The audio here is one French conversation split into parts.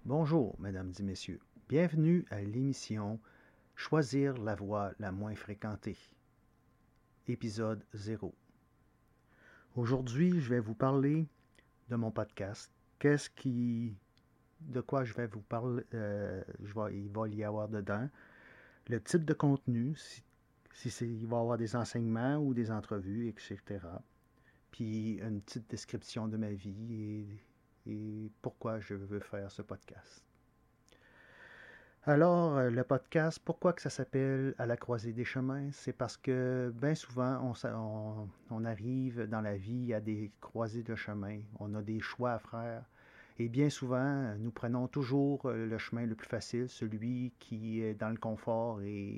Bonjour, mesdames et messieurs. Bienvenue à l'émission Choisir la voie la moins fréquentée, épisode 0. Aujourd'hui, je vais vous parler de mon podcast. De quoi je vais vous parler, il va y avoir dedans, le type de contenu, il va y avoir des enseignements ou des entrevues, etc. Puis une petite description de ma vie et pourquoi je veux faire ce podcast. Alors, le podcast, pourquoi que ça s'appelle À la croisée des chemins? C'est parce que bien souvent, on arrive dans la vie à des croisées de chemins. On a des choix à faire. Et bien souvent, nous prenons toujours le chemin le plus facile, celui qui est dans le confort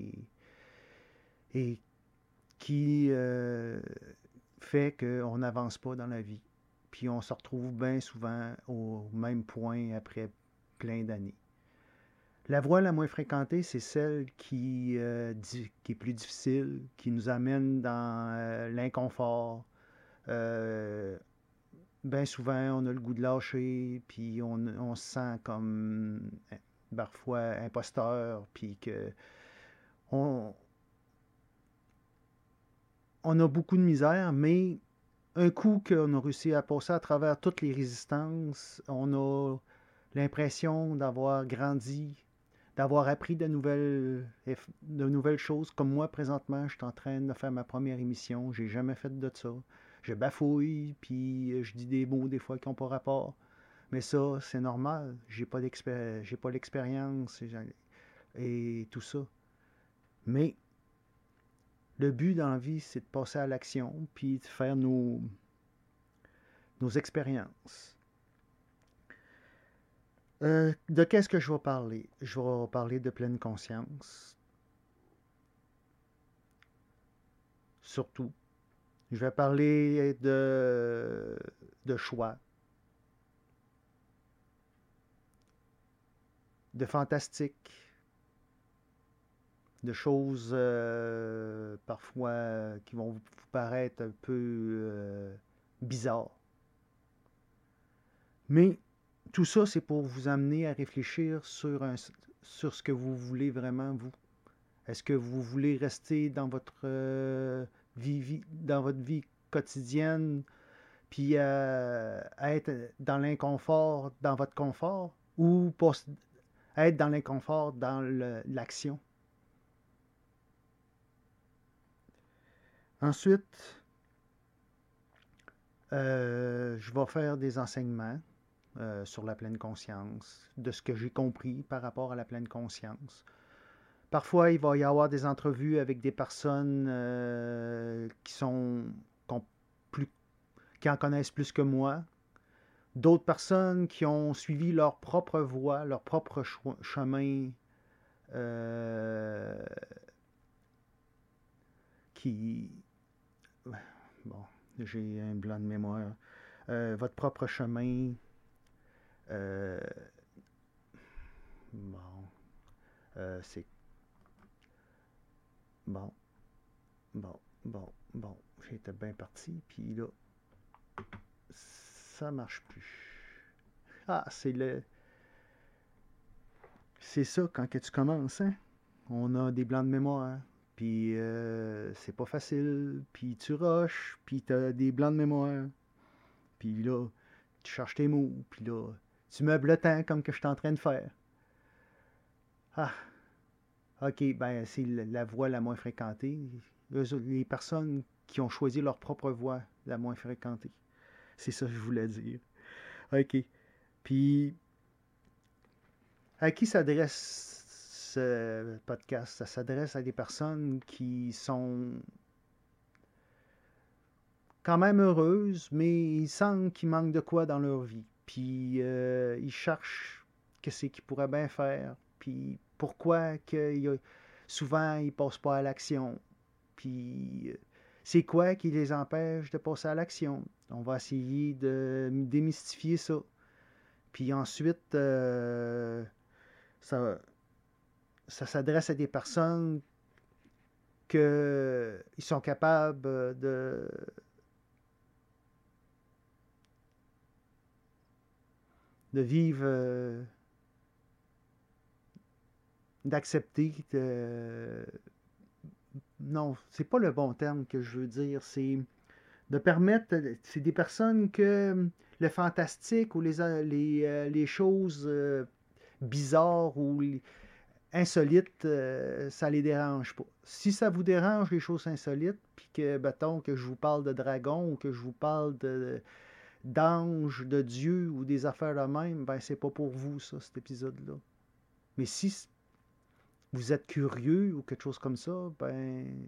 et qui fait qu'on n'avance pas dans la vie. Puis on se retrouve bien souvent au même point après plein d'années. La voie la moins fréquentée, c'est celle qui est plus difficile, qui nous amène dans l'inconfort. Euh, Bien souvent, on a le goût de lâcher, puis on se sent comme parfois imposteur, puis que on, on a beaucoup de misère, mais un coup qu'on a réussi à passer à travers toutes les résistances, on a l'impression d'avoir grandi, d'avoir appris de nouvelles choses. Comme moi, présentement, je suis en train de faire ma première émission. J'ai jamais fait de ça. Je bafouille, puis je dis des mots des fois qui n'ont pas rapport. Mais ça, c'est normal. J'ai pas l'expérience et tout ça. Mais le but dans la vie, c'est de passer à l'action, puis de faire nos expériences. De qu'est-ce que je vais parler? Je vais parler de pleine conscience, surtout. Je vais parler de choix, de fantastique, de choses parfois qui vont vous paraître un peu bizarres. Mais tout ça, c'est pour vous amener à réfléchir sur ce que vous voulez vraiment, vous. Est-ce que vous voulez rester dans dans votre vie quotidienne, puis être dans l'inconfort, dans votre confort, ou être dans l'inconfort, dans l'action? Ensuite, je vais faire des enseignements sur la pleine conscience, de ce que j'ai compris par rapport à la pleine conscience. Parfois, il va y avoir des entrevues avec des personnes plus, qui en connaissent plus que moi. D'autres personnes qui ont suivi leur propre voie, leur propre chemin, euh, qui... Bon, j'ai un blanc de mémoire. Votre propre chemin. euh, bon, c'est... Bon, bon. J'étais bien parti, puis là, ça marche plus. Ah, c'est ça quand que tu commences, hein? On a des blancs de mémoire, puis c'est pas facile, puis tu rushes, puis t'as des blancs de mémoire, puis là, tu cherches tes mots, puis là, tu meubles le temps comme que je suis en train de faire. Ah, ok, ben c'est la voie la moins fréquentée. Les personnes qui ont choisi leur propre voie la moins fréquentée. C'est ça que je voulais dire. Ok. Puis, à qui s'adresse ce podcast? Ça s'adresse à des personnes qui sont quand même heureuses, mais ils sentent qu'il manque de quoi dans leur vie. Puis ils cherchent qu'est-ce qu'ils pourraient bien faire. Puis pourquoi souvent ils ne passent pas à l'action. Puis c'est quoi qui les empêche de passer à l'action? On va essayer de démystifier ça. Puis ensuite, ça, ça s'adresse à des personnes qu'ils sont capables de vivre d'accepter. Non, c'est pas le bon terme que je veux dire. C'est de permettre. C'est des personnes que le fantastique ou les choses bizarres ou insolites, ça les dérange pas. Si ça vous dérange les choses insolites, puis que, mettons, que je vous parle de dragons ou que je vous parle d'anges, de Dieu ou des affaires de même, ben c'est pas pour vous, ça, cet épisode-là. Mais si vous êtes curieux ou quelque chose comme ça, ben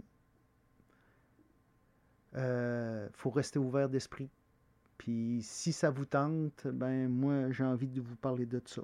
faut rester ouvert d'esprit. Puis si ça vous tente, ben moi j'ai envie de vous parler de ça.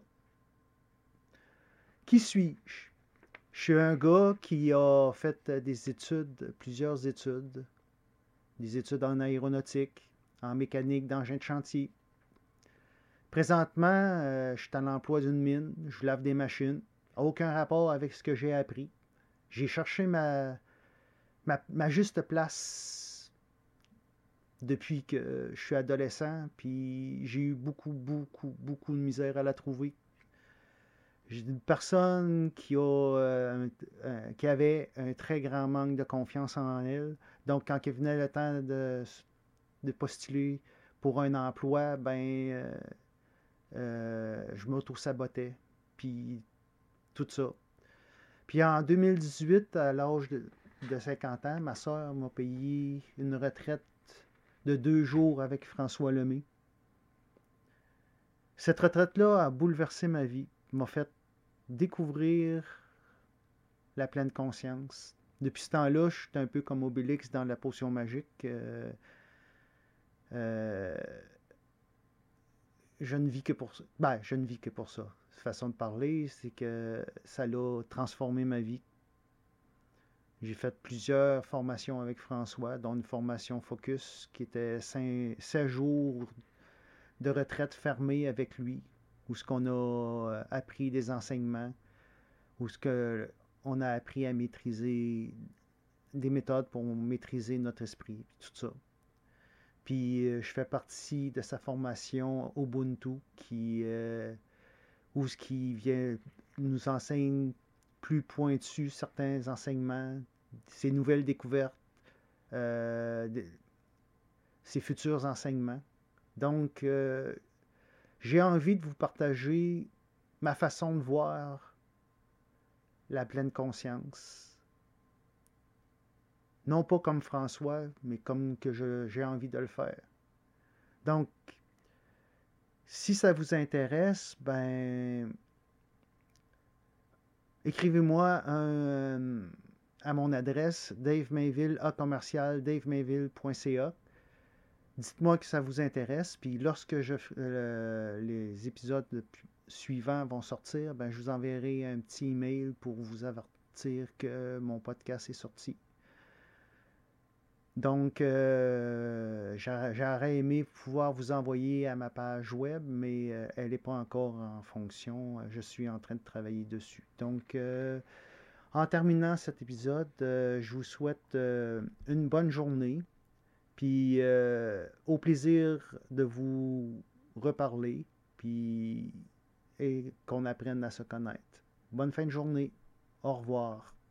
Qui suis-je? Je suis un gars qui a fait des études, plusieurs études, des études en aéronautique, en mécanique d'engins de chantier. Présentement, je suis à l'emploi d'une mine, je lave des machines. Aucun rapport avec ce que j'ai appris. J'ai cherché ma juste place depuis que je suis adolescent, puis j'ai eu beaucoup de misère à la trouver. J'ai une personne qui avait un très grand manque de confiance en elle. Donc, quand il venait le temps de postuler pour un emploi, ben, je m'auto-sabotais. Puis, tout ça. Puis, en 2018, à l'âge de 50 ans, ma soeur m'a payé une retraite de 2 jours avec François Lemay. Cette retraite-là a bouleversé ma vie, m'a fait découvrir la pleine conscience. Depuis ce temps-là, je suis un peu comme Obélix dans la potion magique. Euh, je ne vis que pour ça. Ben, je ne vis que pour ça. Façon de parler, c'est que ça l'a transformé ma vie. J'ai fait plusieurs formations avec François, dont une formation Focus qui était 16 jours de retraite fermée avec lui, où ce qu'on a appris des enseignements, où ce que on a appris à maîtriser des méthodes pour maîtriser notre esprit, tout ça. Puis je fais partie de sa formation Ubuntu, où ce qui vient nous enseigne plus pointu certains enseignements, ses nouvelles découvertes, euh, ses futurs enseignements. Donc, j'ai envie de vous partager ma façon de voir la pleine conscience. Non pas comme François, mais comme que j'ai envie de le faire. Donc, si ça vous intéresse, ben, écrivez-moi à mon adresse davemayville@davemayville.ca. Dites-moi que ça vous intéresse, puis lorsque les épisodes suivants vont sortir, ben, je vous enverrai un petit email pour vous avertir que mon podcast est sorti. Donc, j'aurais aimé pouvoir vous envoyer à ma page web, mais elle n'est pas encore en fonction. Je suis en train de travailler dessus. Donc, en terminant cet épisode, je vous souhaite une bonne journée, puis au plaisir de vous reparler, puis et qu'on apprenne à se connaître. Bonne fin de journée. Au revoir.